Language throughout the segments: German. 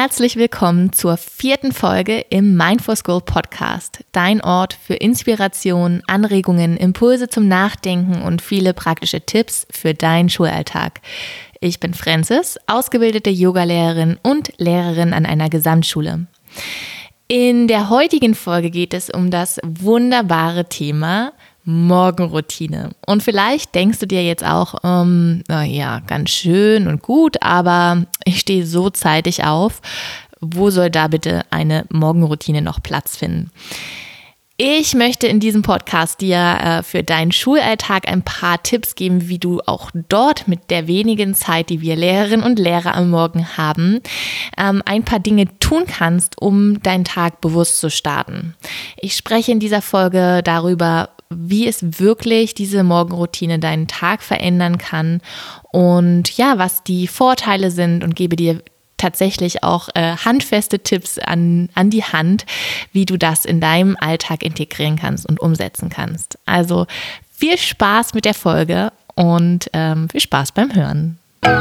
Herzlich willkommen zur 4. Folge im Mindful School Podcast. Dein Ort für Inspiration, Anregungen, Impulse zum Nachdenken und viele praktische Tipps für deinen Schulalltag. Ich bin Frances, ausgebildete Yogalehrerin und Lehrerin an einer Gesamtschule. In der heutigen Folge geht es um das wunderbare Thema Morgenroutine. Und vielleicht denkst du dir jetzt auch, ganz schön und gut, aber ich stehe so zeitig auf. Wo soll da bitte eine Morgenroutine noch Platz finden? Ich möchte in diesem Podcast dir für deinen Schulalltag ein paar Tipps geben, wie du auch dort mit der wenigen Zeit, die wir Lehrerinnen und Lehrer am Morgen haben, ein paar Dinge tun kannst, um deinen Tag bewusst zu starten. Ich spreche in dieser Folge darüber, wie es wirklich diese Morgenroutine deinen Tag verändern kann und ja, was die Vorteile sind und gebe dir tatsächlich auch handfeste Tipps an die Hand, wie du das in deinem Alltag integrieren kannst und umsetzen kannst. Also viel Spaß mit der Folge und viel Spaß beim Hören.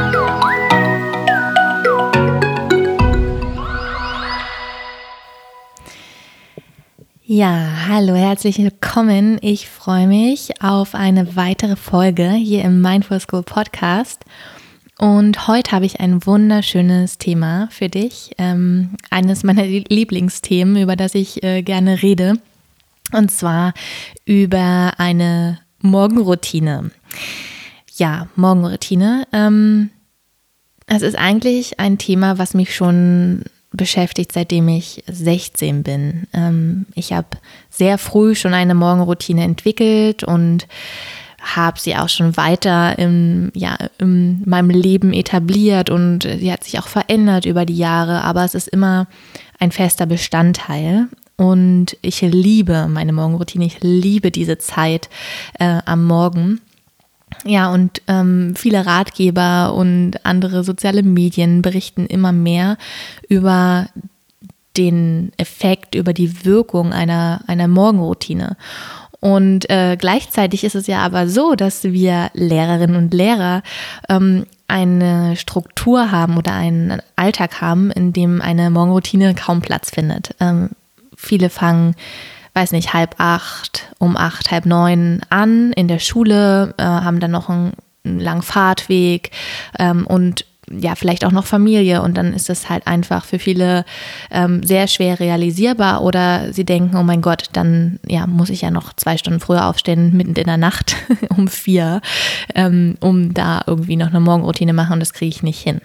Ja, hallo, herzlich willkommen. Ich freue mich auf eine weitere Folge hier im Mindful School Podcast. Und heute habe ich ein wunderschönes Thema für dich. Eines meiner Lieblingsthemen, über das ich gerne rede. Und zwar über eine Morgenroutine. Ja, Morgenroutine. Es ist eigentlich ein Thema, was mich schon beschäftigt, seitdem ich 16 bin. Ich habe sehr früh schon eine Morgenroutine entwickelt und habe sie auch schon weiter in meinem Leben etabliert und sie hat sich auch verändert über die Jahre, aber es ist immer ein fester Bestandteil und ich liebe meine Morgenroutine, ich liebe diese Zeit am Morgen. Ja, und viele Ratgeber und andere soziale Medien berichten immer mehr über den Effekt, über die Wirkung einer Morgenroutine. Und gleichzeitig ist es ja aber so, dass wir Lehrerinnen und Lehrer eine Struktur haben oder einen Alltag haben, in dem eine Morgenroutine kaum Platz findet. Viele fangen 7:30, um 8, halb 9 an in der Schule, haben dann noch einen langen Fahrtweg und ja, vielleicht auch noch Familie und dann ist das halt einfach für viele sehr schwer realisierbar oder sie denken, oh mein Gott, dann muss ich ja noch 2 Stunden früher aufstehen, mitten in der Nacht um 4, um da irgendwie noch eine Morgenroutine machen und das kriege ich nicht hin.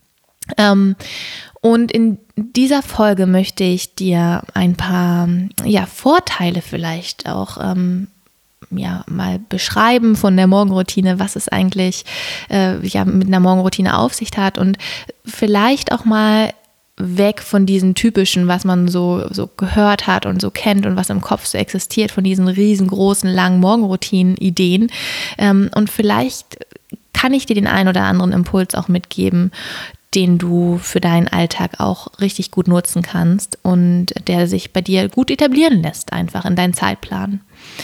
Und in dieser Folge möchte ich dir ein paar Vorteile vielleicht auch mal beschreiben von der Morgenroutine, was es eigentlich mit einer Morgenroutine auf sich hat und vielleicht auch mal weg von diesen typischen, was man so gehört hat und so kennt und was im Kopf so existiert, von diesen riesengroßen, langen Morgenroutinen-Ideen. Und vielleicht kann ich dir den einen oder anderen Impuls auch mitgeben, den du für deinen Alltag auch richtig gut nutzen kannst und der sich bei dir gut etablieren lässt, einfach in deinen Zeitplan.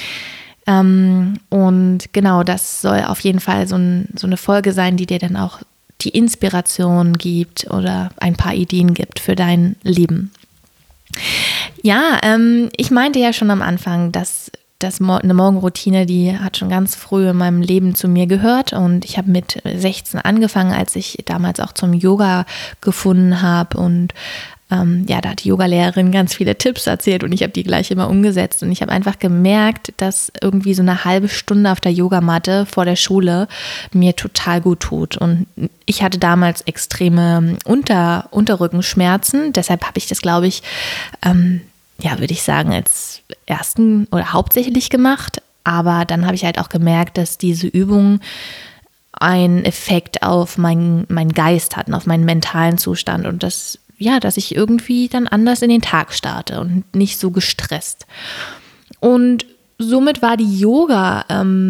Und genau, das soll auf jeden Fall so eine Folge sein, die dir dann auch die Inspiration gibt oder ein paar Ideen gibt für dein Leben. Ja, ich meinte ja schon am Anfang, dass eine Morgenroutine, die hat schon ganz früh in meinem Leben zu mir gehört und ich habe mit 16 angefangen, als ich damals auch zum Yoga gefunden habe und da hat die Yogalehrerin ganz viele Tipps erzählt und ich habe die gleich immer umgesetzt und ich habe einfach gemerkt, dass irgendwie so eine halbe Stunde auf der Yogamatte vor der Schule mir total gut tut und ich hatte damals extreme Unterrückenschmerzen, deshalb habe ich das, glaube ich, würde ich sagen, als ersten oder hauptsächlich gemacht, aber dann habe ich halt auch gemerkt, dass diese Übungen einen Effekt auf meinen Geist hatten, auf meinen mentalen Zustand und dass ich irgendwie dann anders in den Tag starte und nicht so gestresst. Und somit war die Yoga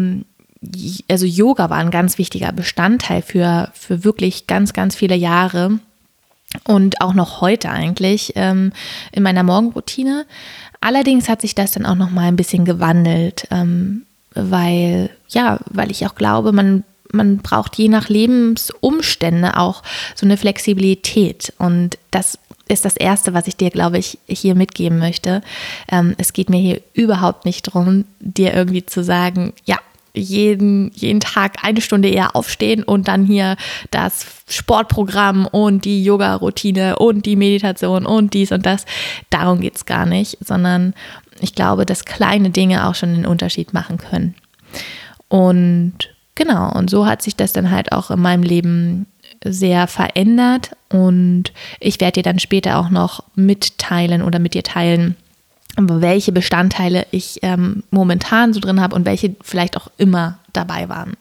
war ein ganz wichtiger Bestandteil für wirklich ganz, ganz viele Jahre und auch noch heute eigentlich in meiner Morgenroutine. Allerdings hat sich das dann auch noch mal ein bisschen gewandelt, weil ich auch glaube, man braucht je nach Lebensumstände auch so eine Flexibilität und das ist das Erste, was ich dir, glaube ich, hier mitgeben möchte. Es geht mir hier überhaupt nicht darum, dir irgendwie zu sagen, ja, jeden Tag 1 Stunde eher aufstehen und dann hier das Sportprogramm und die Yoga-Routine und die Meditation und dies und das. Darum geht es gar nicht, sondern ich glaube, dass kleine Dinge auch schon den Unterschied machen können. Und genau, und so hat sich das dann halt auch in meinem Leben sehr verändert und ich werde dir dann später auch noch mitteilen oder mit dir teilen, welche Bestandteile ich momentan so drin habe und welche vielleicht auch immer dabei waren.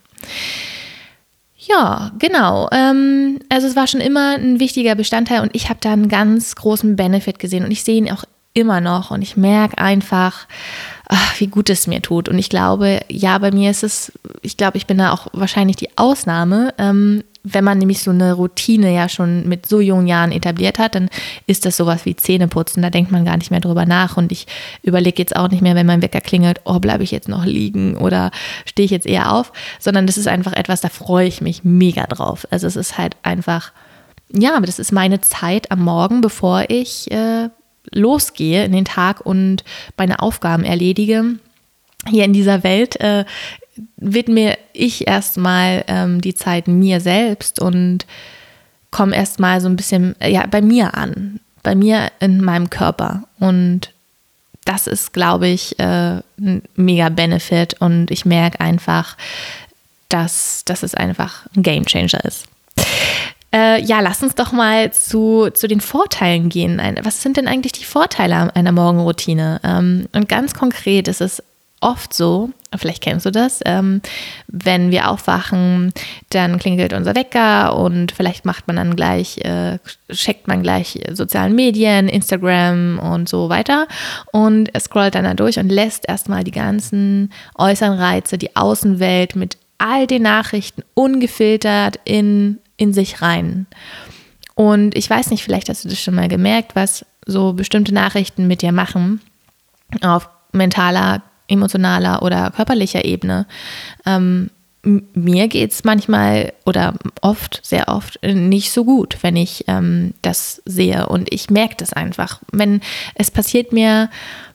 Ja, genau. Also es war schon immer ein wichtiger Bestandteil und ich habe da einen ganz großen Benefit gesehen und ich sehe ihn auch immer noch und ich merke einfach, wie gut es mir tut. Und ich glaube, ja, bei mir ist es, ich glaube, ich bin da auch wahrscheinlich die Ausnahme. Wenn man nämlich so eine Routine ja schon mit so jungen Jahren etabliert hat, dann ist das sowas wie Zähneputzen. Da denkt man gar nicht mehr drüber nach. Und ich überlege jetzt auch nicht mehr, wenn mein Wecker klingelt, oh, bleibe ich jetzt noch liegen oder stehe ich jetzt eher auf, sondern das ist einfach etwas, da freue ich mich mega drauf. Also es ist halt einfach, ja, das ist meine Zeit am Morgen, bevor ich losgehe in den Tag und meine Aufgaben erledige. Hier in dieser Welt widme ich erstmal die Zeit mir selbst und komme erstmal so ein bisschen bei mir an, bei mir in meinem Körper. Und das ist, glaube ich, ein mega Benefit und ich merke einfach, dass es einfach ein Gamechanger ist. Lass uns doch mal zu den Vorteilen gehen. Was sind denn eigentlich die Vorteile einer Morgenroutine? Und ganz konkret ist es oft so, vielleicht kennst du das, wenn wir aufwachen, dann klingelt unser Wecker und vielleicht macht man dann gleich, checkt man gleich sozialen Medien, Instagram und so weiter und scrollt dann da durch und lässt erstmal die ganzen äußeren Reize, die Außenwelt mit all den Nachrichten ungefiltert in sich rein. Und ich weiß nicht, vielleicht hast du das schon mal gemerkt, was so bestimmte Nachrichten mit dir machen, auf mentaler, emotionaler oder körperlicher Ebene. Mir geht es manchmal oder sehr oft nicht so gut, wenn ich das sehe. Und ich merke das einfach. Es passiert mir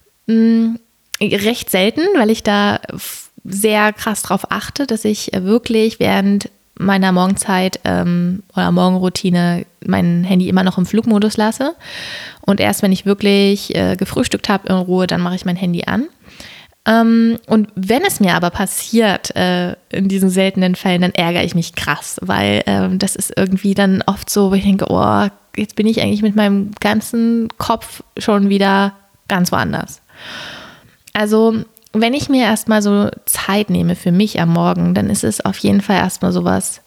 recht selten, weil ich da sehr krass drauf achte, dass ich wirklich während meiner Morgenzeit oder Morgenroutine mein Handy immer noch im Flugmodus lasse. Und erst wenn ich wirklich gefrühstückt habe in Ruhe, dann mache ich mein Handy an. Und wenn es mir aber passiert, in diesen seltenen Fällen, dann ärgere ich mich krass, weil das ist irgendwie dann oft so, wo ich denke, oh, jetzt bin ich eigentlich mit meinem ganzen Kopf schon wieder ganz woanders. Also wenn ich mir erstmal so Zeit nehme für mich am Morgen, dann ist es auf jeden Fall erstmal sowas,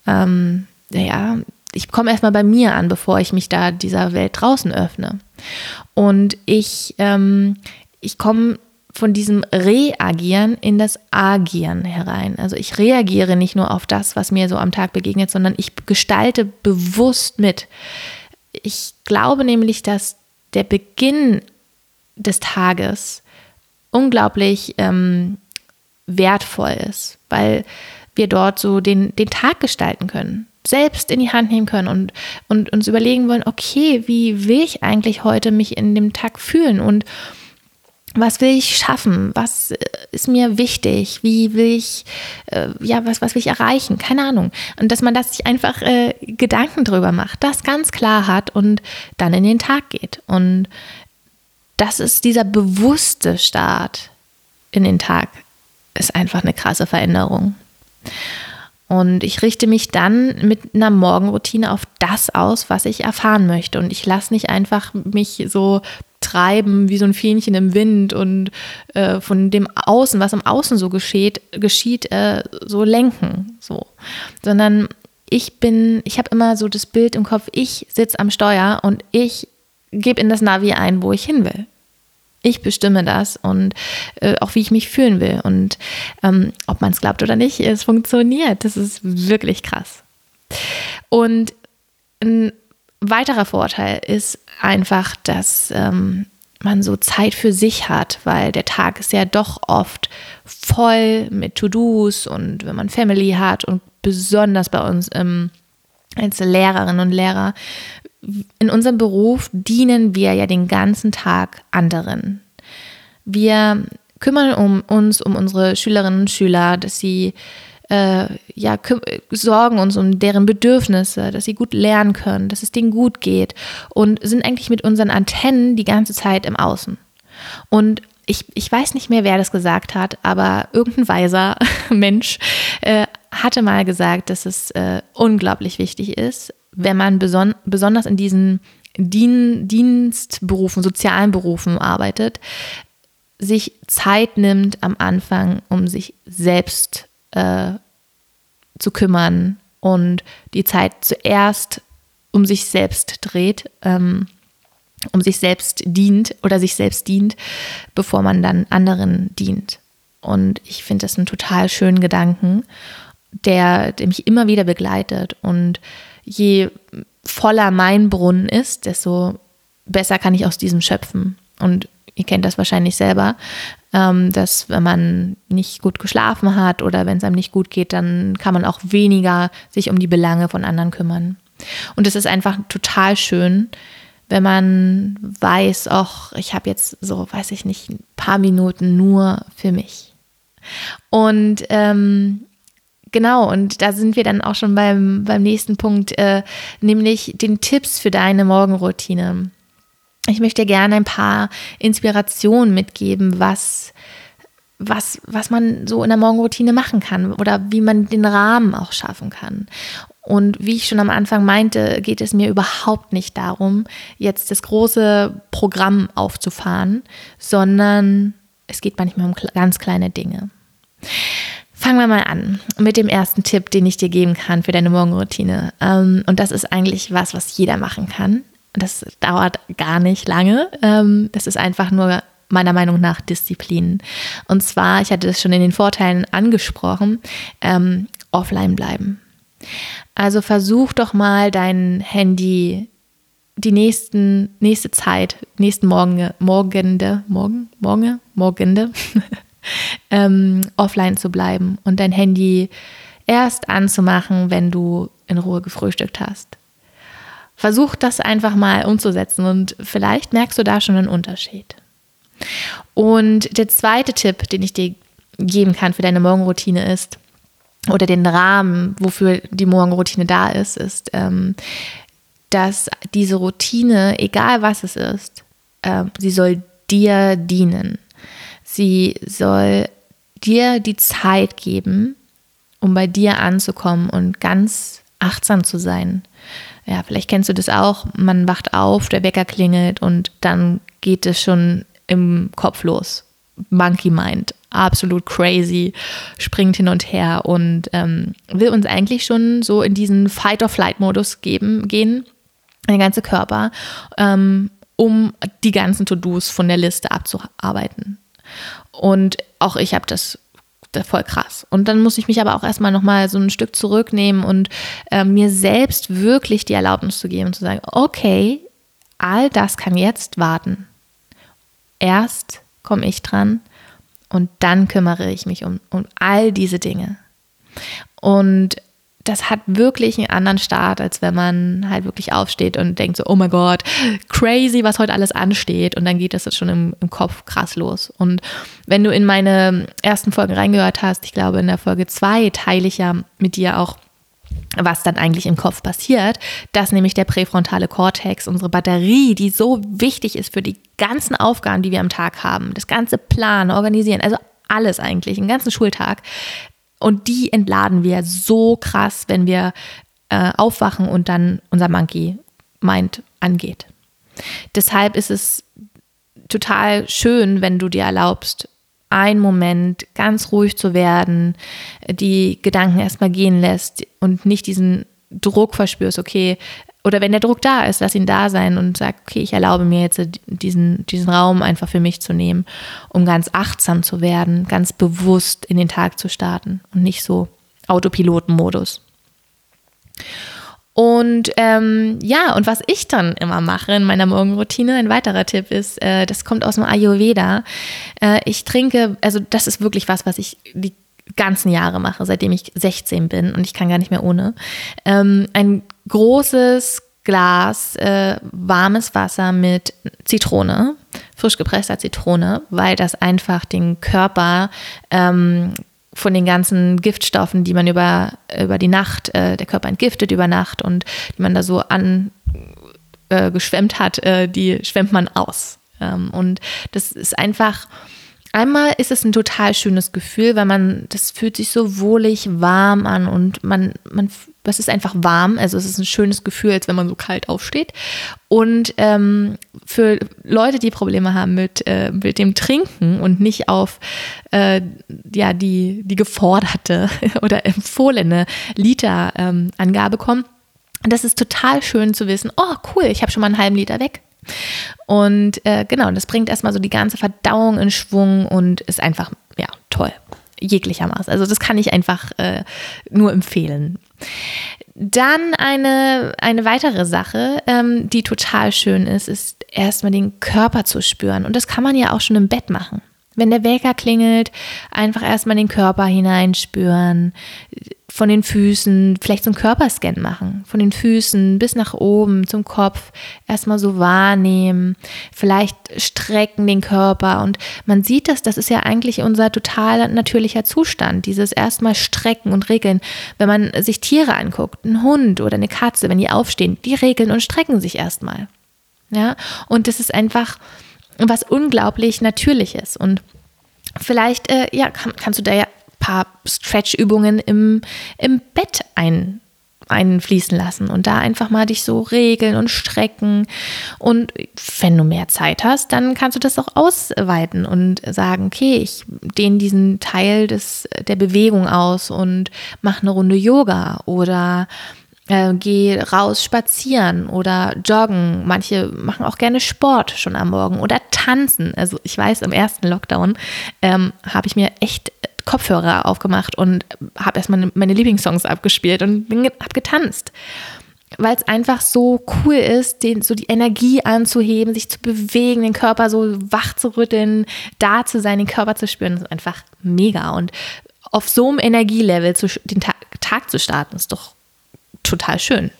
ich komme erstmal bei mir an, bevor ich mich da dieser Welt draußen öffne. Und ich komme von diesem Reagieren in das Agieren herein. Also ich reagiere nicht nur auf das, was mir so am Tag begegnet, sondern ich gestalte bewusst mit. Ich glaube nämlich, dass der Beginn des Tages unglaublich wertvoll ist, weil wir dort so den Tag gestalten können, selbst in die Hand nehmen können und uns überlegen wollen, okay, wie will ich eigentlich heute mich in dem Tag fühlen und was will ich schaffen, was ist mir wichtig, wie will ich, was will ich erreichen, keine Ahnung. Und dass man das sich einfach Gedanken drüber macht, das ganz klar hat und dann in den Tag geht. Und das ist dieser bewusste Start in den Tag, ist einfach eine krasse Veränderung. Und ich richte mich dann mit einer Morgenroutine auf das aus, was ich erfahren möchte. Und ich lasse nicht einfach mich so treiben wie so ein Fähnchen im Wind und von dem Außen, was im Außen so geschieht, so lenken. So. Sondern ich habe immer so das Bild im Kopf, ich sitze am Steuer und ich gebe in das Navi ein, wo ich hin will. Ich bestimme das und auch wie ich mich fühlen will. Und ob man es glaubt oder nicht, es funktioniert. Das ist wirklich krass. Und ein weiterer Vorteil ist einfach, dass man so Zeit für sich hat, weil der Tag ist ja doch oft voll mit To-Dos und wenn man Family hat und besonders bei uns als Lehrerinnen und Lehrer in unserem Beruf dienen wir ja den ganzen Tag anderen. Wir kümmern uns um unsere Schülerinnen und Schüler, dass sie sorgen uns um deren Bedürfnisse, dass sie gut lernen können, dass es denen gut geht und sind eigentlich mit unseren Antennen die ganze Zeit im Außen. Und ich weiß nicht mehr, wer das gesagt hat, aber irgendein weiser Mensch hatte mal gesagt, dass es unglaublich wichtig ist, wenn man besonders in diesen Dienstberufen, sozialen Berufen arbeitet, sich Zeit nimmt am Anfang, um sich selbst zu kümmern und die Zeit zuerst um sich selbst dreht, um sich selbst dient, bevor man dann anderen dient. Und ich finde das einen total schönen Gedanken, der mich immer wieder begleitet. Und je voller mein Brunnen ist, desto besser kann ich aus diesem schöpfen. Und ihr kennt das wahrscheinlich selber, dass wenn man nicht gut geschlafen hat oder wenn es einem nicht gut geht, dann kann man auch weniger sich um die Belange von anderen kümmern. Und es ist einfach total schön, wenn man weiß, ich habe jetzt so, weiß ich nicht, ein paar Minuten nur für mich. Und genau, und da sind wir dann auch schon beim nächsten Punkt, nämlich den Tipps für deine Morgenroutine. Ich möchte gerne ein paar Inspirationen mitgeben, was man so in der Morgenroutine machen kann oder wie man den Rahmen auch schaffen kann. Und wie ich schon am Anfang meinte, geht es mir überhaupt nicht darum, jetzt das große Programm aufzufahren, sondern es geht manchmal um ganz kleine Dinge. Fangen wir mal an mit dem ersten Tipp, den ich dir geben kann für deine Morgenroutine. Und das ist eigentlich was jeder machen kann. Das dauert gar nicht lange. Das ist einfach nur meiner Meinung nach Disziplin. Und zwar, ich hatte das schon in den Vorteilen angesprochen, offline bleiben. Also versuch doch mal dein Handy die nächste Zeit, Morgende, offline zu bleiben und dein Handy erst anzumachen, wenn du in Ruhe gefrühstückt hast. Versuch das einfach mal umzusetzen und vielleicht merkst du da schon einen Unterschied. Und der zweite Tipp, den ich dir geben kann für deine Morgenroutine ist, oder den Rahmen, wofür die Morgenroutine da ist, dass diese Routine, egal was es ist, sie soll dir dienen. Sie soll dir die Zeit geben, um bei dir anzukommen und ganz achtsam zu sein. Ja, vielleicht kennst du das auch, man wacht auf, der Wecker klingelt und dann geht es schon im Kopf los. Monkey Mind, absolut crazy, springt hin und her und will uns eigentlich schon so in diesen Fight-or-Flight-Modus gehen, der ganze Körper, um die ganzen To-Dos von der Liste abzuarbeiten. Und auch ich habe das voll krass. Und dann muss ich mich aber auch erstmal nochmal so ein Stück zurücknehmen und mir selbst wirklich die Erlaubnis zu geben und zu sagen, okay, all das kann jetzt warten. Erst komme ich dran und dann kümmere ich mich um all diese Dinge. Und das hat wirklich einen anderen Start, als wenn man halt wirklich aufsteht und denkt so, oh mein Gott, crazy, was heute alles ansteht. Und dann geht das schon im Kopf krass los. Und wenn du in meine ersten Folgen reingehört hast, ich glaube in der Folge 2 teile ich ja mit dir auch, was dann eigentlich im Kopf passiert, dass nämlich der präfrontale Kortex, unsere Batterie, die so wichtig ist für die ganzen Aufgaben, die wir am Tag haben, das ganze Planen, Organisieren, also alles eigentlich, den ganzen Schultag. Und die entladen wir so krass, wenn wir aufwachen und dann unser Monkey Mind angeht. Deshalb ist es total schön, wenn du dir erlaubst, einen Moment ganz ruhig zu werden, die Gedanken erstmal gehen lässt und nicht diesen Druck verspürst, okay, oder wenn der Druck da ist, lass ihn da sein und sag, okay, ich erlaube mir jetzt diesen Raum einfach für mich zu nehmen, um ganz achtsam zu werden, ganz bewusst in den Tag zu starten und nicht so Autopilotenmodus. Und und was ich dann immer mache in meiner Morgenroutine, ein weiterer Tipp ist, das kommt aus dem Ayurveda. Ich trinke, also das ist wirklich was ich die ganzen Jahre mache, seitdem ich 16 bin und ich kann gar nicht mehr ohne. Ein großes Glas warmes Wasser mit Zitrone, frisch gepresster Zitrone, weil das einfach den Körper von den ganzen Giftstoffen, die man über die Nacht, der Körper entgiftet über Nacht und die man da so geschwemmt hat, die schwemmt man aus. Und das ist einfach, einmal ist es ein total schönes Gefühl, weil das fühlt sich so wohlig warm an und das ist einfach warm, also es ist ein schönes Gefühl, als wenn man so kalt aufsteht. Und für Leute, die Probleme haben mit dem Trinken und nicht auf die geforderte oder empfohlene Liter-Angabe kommen, das ist total schön zu wissen, oh cool, ich habe schon mal einen halben Liter weg. Und genau, das bringt erstmal so die ganze Verdauung in Schwung und ist einfach, ja, toll, jeglichermaßen. Also das kann ich einfach nur empfehlen. Dann eine weitere Sache, die total schön ist erstmal den Körper zu spüren. Und das kann man ja auch schon im Bett machen. Wenn der Wecker klingelt, einfach erstmal den Körper hineinspüren, von den Füßen, vielleicht so einen Körperscan machen, von den Füßen bis nach oben zum Kopf, erstmal so wahrnehmen, vielleicht strecken den Körper und man sieht das ist ja eigentlich unser total natürlicher Zustand, dieses erstmal strecken und regeln. Wenn man sich Tiere anguckt, ein Hund oder eine Katze, wenn die aufstehen, die regeln und strecken sich erstmal. Ja, und das ist einfach was unglaublich Natürliches und vielleicht kannst du da ja ein paar Stretch-Übungen im Bett einfließen lassen und da einfach mal dich so regeln und strecken und wenn du mehr Zeit hast, dann kannst du das auch ausweiten und sagen, okay, ich dehne diesen Teil der Bewegung aus und mache eine Runde Yoga oder geh raus spazieren oder joggen. Manche machen auch gerne Sport schon am Morgen oder tanzen. Also ich weiß, im ersten Lockdown habe ich mir echt Kopfhörer aufgemacht und habe erstmal meine Lieblingssongs abgespielt und habe getanzt. Weil es einfach so cool ist, so die Energie anzuheben, sich zu bewegen, den Körper so wach zu rütteln, da zu sein, den Körper zu spüren. Das ist einfach mega. Und auf so einem Energielevel den Tag zu starten, ist doch total schön.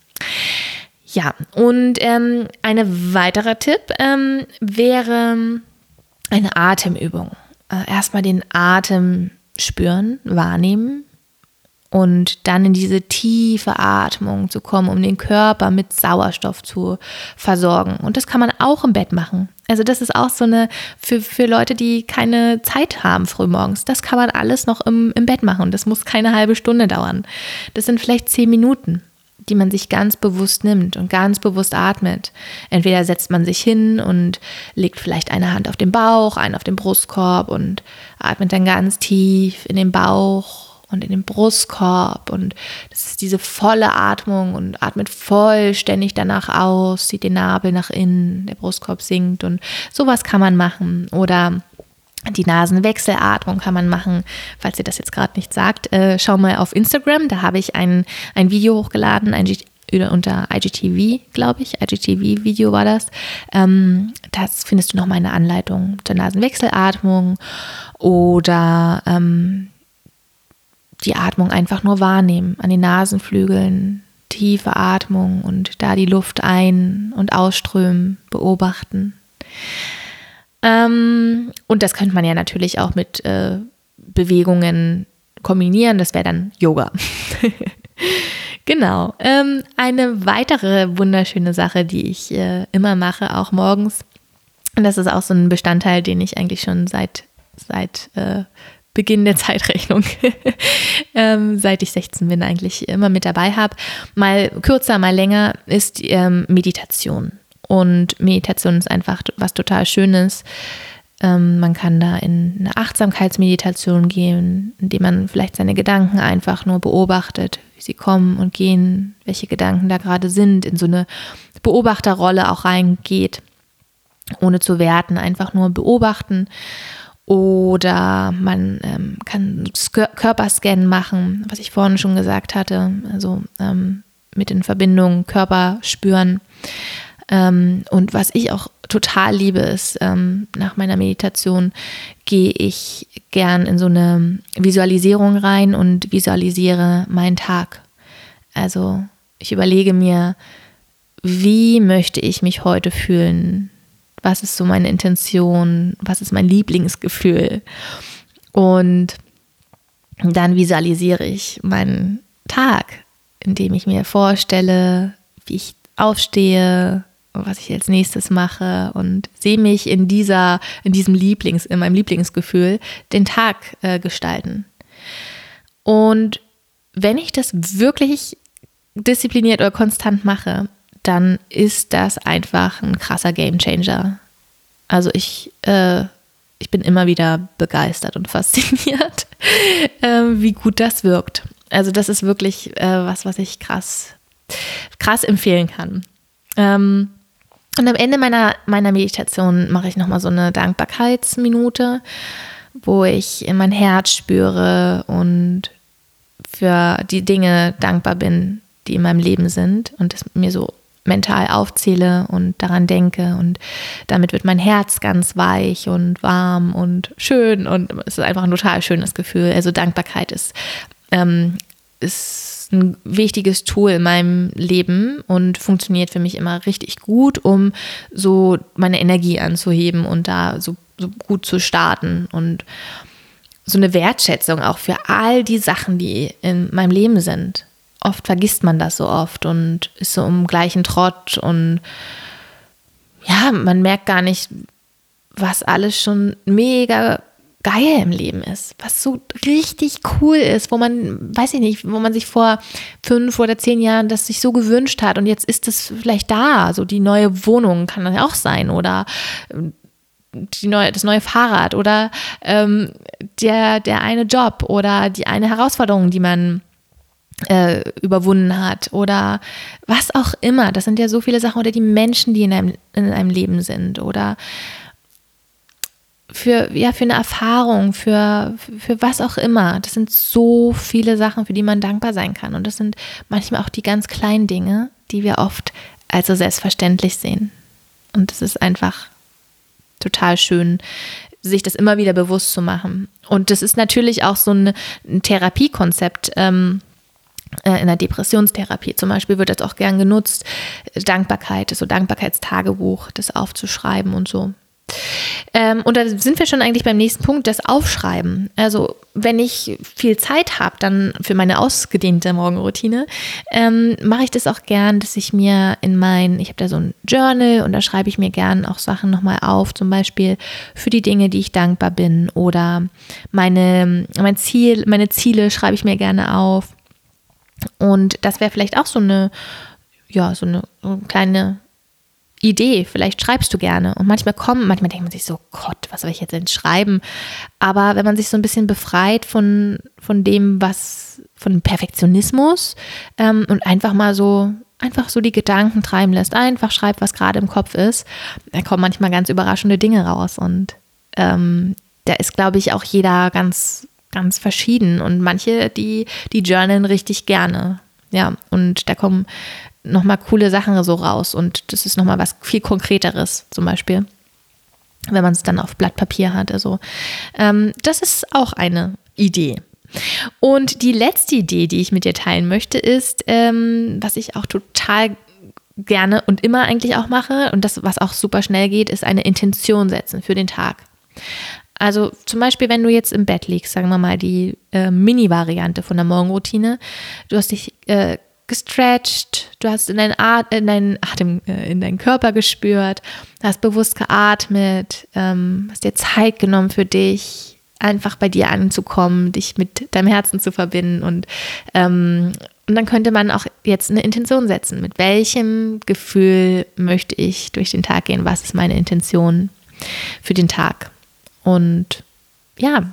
Ja, und ein weiterer Tipp wäre eine Atemübung. Erstmal den Atem spüren, wahrnehmen und dann in diese tiefe Atmung zu kommen, um den Körper mit Sauerstoff zu versorgen. Und das kann man auch im Bett machen. Also das ist auch so für Leute, die keine Zeit haben frühmorgens, das kann man alles noch im Bett machen. Das muss keine halbe Stunde dauern. Das sind vielleicht 10 Minuten, die man sich ganz bewusst nimmt und ganz bewusst atmet. Entweder setzt man sich hin und legt vielleicht eine Hand auf den Bauch, eine auf den Brustkorb und atmet dann ganz tief in den Bauch und in den Brustkorb und das ist diese volle Atmung und atmet vollständig danach aus, zieht den Nabel nach innen, der Brustkorb sinkt und sowas kann man machen oder die Nasenwechselatmung kann man machen, falls ihr das jetzt gerade nicht sagt, schau mal auf Instagram, da habe ich ein Video hochgeladen, unter IGTV, glaube ich, IGTV-Video war das. Das findest du noch mal eine Anleitung zur Nasenwechselatmung oder die Atmung einfach nur wahrnehmen, an den Nasenflügeln, tiefe Atmung und da die Luft ein- und ausströmen, beobachten. Und das könnte man ja natürlich auch mit Bewegungen kombinieren, das wäre dann Yoga. Genau. Eine weitere wunderschöne Sache, die ich immer mache, auch morgens, und das ist auch so ein Bestandteil, den ich eigentlich schon seit Beginn der Zeitrechnung, seit ich 16 bin, eigentlich immer mit dabei habe, mal kürzer, mal länger, ist Meditation. Und Meditation ist einfach was total Schönes. Man kann da in eine Achtsamkeitsmeditation gehen, indem man vielleicht seine Gedanken einfach nur beobachtet, wie sie kommen und gehen, welche Gedanken da gerade sind, in so eine Beobachterrolle auch reingeht, ohne zu werten, einfach nur beobachten. Oder man kann Körperscan machen, was ich vorhin schon gesagt hatte, also mit in Verbindung Körper spüren. Und was ich auch total liebe, ist, nach meiner Meditation gehe ich gern in so eine Visualisierung rein und visualisiere meinen Tag. Also ich überlege mir, wie möchte ich mich heute fühlen? Was ist so meine Intention? Was ist mein Lieblingsgefühl? Und dann visualisiere ich meinen Tag, indem ich mir vorstelle, wie ich aufstehe, was ich als nächstes mache und sehe mich in meinem Lieblingsgefühl den Tag gestalten. Und wenn ich das wirklich diszipliniert oder konstant mache, dann ist das einfach ein krasser Gamechanger. Also ich bin immer wieder begeistert und fasziniert, wie gut das wirkt. Also das ist wirklich was ich krass empfehlen kann. Und am Ende meiner Meditation mache ich nochmal so eine Dankbarkeitsminute, wo ich in mein Herz spüre und für die Dinge dankbar bin, die in meinem Leben sind und es mir so mental aufzähle und daran denke und damit wird mein Herz ganz weich und warm und schön und es ist einfach ein total schönes Gefühl. Also Dankbarkeit ist ein wichtiges Tool in meinem Leben und funktioniert für mich immer richtig gut, um so meine Energie anzuheben und da so gut zu starten und so eine Wertschätzung auch für all die Sachen, die in meinem Leben sind. Oft vergisst man das so oft und ist so im gleichen Trott und ja, man merkt gar nicht, was alles schon mega geil im Leben ist, was so richtig cool ist, wo man, weiß ich nicht, wo man sich vor 5 oder 10 Jahren das sich so gewünscht hat und jetzt ist es vielleicht da, so die neue Wohnung kann das ja auch sein oder das neue Fahrrad oder der eine Job oder die eine Herausforderung, die man überwunden hat oder was auch immer. Das sind ja so viele Sachen oder die Menschen, die in einem Leben sind oder für eine Erfahrung, für was auch immer. Das sind so viele Sachen, für die man dankbar sein kann. Und das sind manchmal auch die ganz kleinen Dinge, die wir oft als so selbstverständlich sehen. Und es ist einfach total schön, sich das immer wieder bewusst zu machen. Und das ist natürlich auch so ein Therapiekonzept, in der Depressionstherapie zum Beispiel wird das auch gern genutzt, Dankbarkeit, so Dankbarkeitstagebuch, das aufzuschreiben und so. Und da sind wir schon eigentlich beim nächsten Punkt, das Aufschreiben. Also wenn ich viel Zeit habe, dann für meine ausgedehnte Morgenroutine, mache ich das auch gern, dass ich mir ich habe da so ein Journal und da schreibe ich mir gern auch Sachen nochmal auf, zum Beispiel für die Dinge, die ich dankbar bin oder meine Ziele schreibe ich mir gerne auf. Und das wäre vielleicht auch so eine kleine Idee. Vielleicht schreibst du gerne. Und manchmal denkt man sich so, Gott, was soll ich jetzt denn schreiben? Aber wenn man sich so ein bisschen befreit von dem, von Perfektionismus und einfach so die Gedanken treiben lässt, einfach schreibt, was gerade im Kopf ist, da kommen manchmal ganz überraschende Dinge raus. Und da ist, glaube ich, auch jeder ganz ganz verschieden und manche, die journalen richtig gerne, ja, und da kommen nochmal coole Sachen so raus und das ist nochmal was viel Konkreteres zum Beispiel, wenn man es dann auf Blatt Papier hat, also das ist auch eine Idee. Und die letzte Idee, die ich mit dir teilen möchte, ist, was ich auch total gerne und immer eigentlich auch mache und das, was auch super schnell geht, ist eine Intention setzen für den Tag. Also zum Beispiel, wenn du jetzt im Bett liegst, sagen wir mal die Mini-Variante von der Morgenroutine, du hast dich gestretcht, du hast in deinen Körper gespürt, hast bewusst geatmet, hast dir Zeit genommen für dich, einfach bei dir anzukommen, dich mit deinem Herzen zu verbinden und dann könnte man auch jetzt eine Intention setzen. Mit welchem Gefühl möchte ich durch den Tag gehen? Was ist meine Intention für den Tag? Und ja,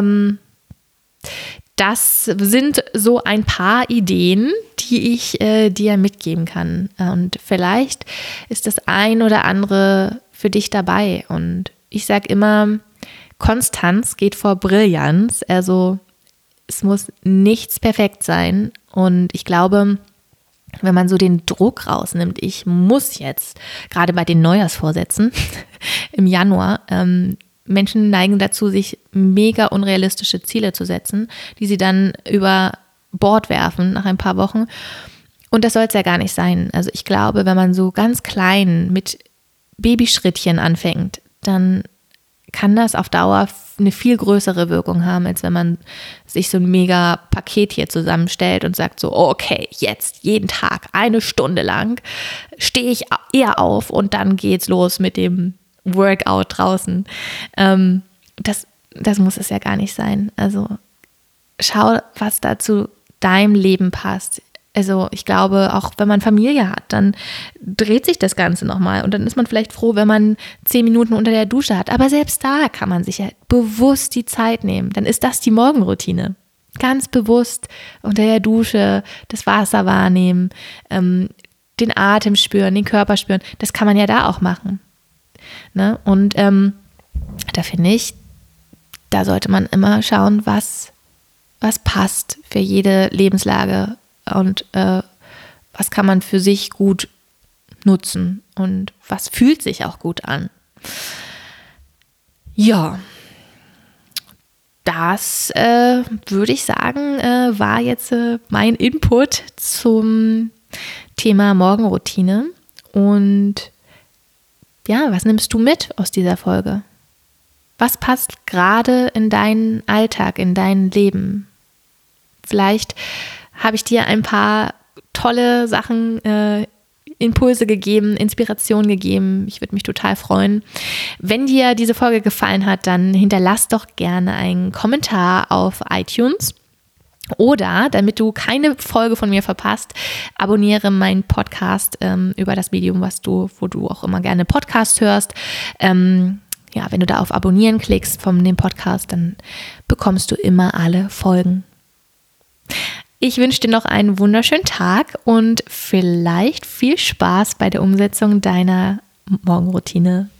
das sind so ein paar Ideen, die ich dir mitgeben kann. Und vielleicht ist das ein oder andere für dich dabei. Und ich sage immer, Konstanz geht vor Brillanz. Also es muss nichts perfekt sein. Und ich glaube, wenn man so den Druck rausnimmt, ich muss jetzt, gerade bei den Neujahrsvorsätzen im Januar, Menschen neigen dazu, sich mega unrealistische Ziele zu setzen, die sie dann über Bord werfen nach ein paar Wochen. Und das soll es ja gar nicht sein. Also ich glaube, wenn man so ganz klein mit Babyschrittchen anfängt, dann kann das auf Dauer eine viel größere Wirkung haben, als wenn man sich so ein mega Paket hier zusammenstellt und sagt so, okay, jetzt jeden Tag 1 Stunde lang stehe ich eher auf und dann geht's los mit dem Workout draußen. Das muss es ja gar nicht sein. Also schau, was da zu deinem Leben passt. Also ich glaube, auch wenn man Familie hat, dann dreht sich das Ganze nochmal und dann ist man vielleicht froh, wenn man 10 Minuten unter der Dusche hat. Aber selbst da kann man sich ja bewusst die Zeit nehmen. Dann ist das die Morgenroutine. Ganz bewusst unter der Dusche das Wasser wahrnehmen, den Atem spüren, den Körper spüren. Das kann man ja da auch machen. Ne? Und da finde ich, da sollte man immer schauen, was passt für jede Lebenslage. Und was kann man für sich gut nutzen und was fühlt sich auch gut an. Ja, das würde ich sagen, war jetzt mein Input zum Thema Morgenroutine. Und ja, was nimmst du mit aus dieser Folge? Was passt gerade in deinen Alltag, in dein Leben? Vielleicht habe ich dir ein paar tolle Sachen, Impulse gegeben, Inspiration gegeben. Ich würde mich total freuen. Wenn dir diese Folge gefallen hat, dann hinterlass doch gerne einen Kommentar auf iTunes. Oder, damit du keine Folge von mir verpasst, abonniere meinen Podcast über das Medium, wo du auch immer gerne Podcast hörst. Wenn du da auf Abonnieren klickst von dem Podcast, dann bekommst du immer alle Folgen. Ich wünsche dir noch einen wunderschönen Tag und vielleicht viel Spaß bei der Umsetzung deiner Morgenroutine.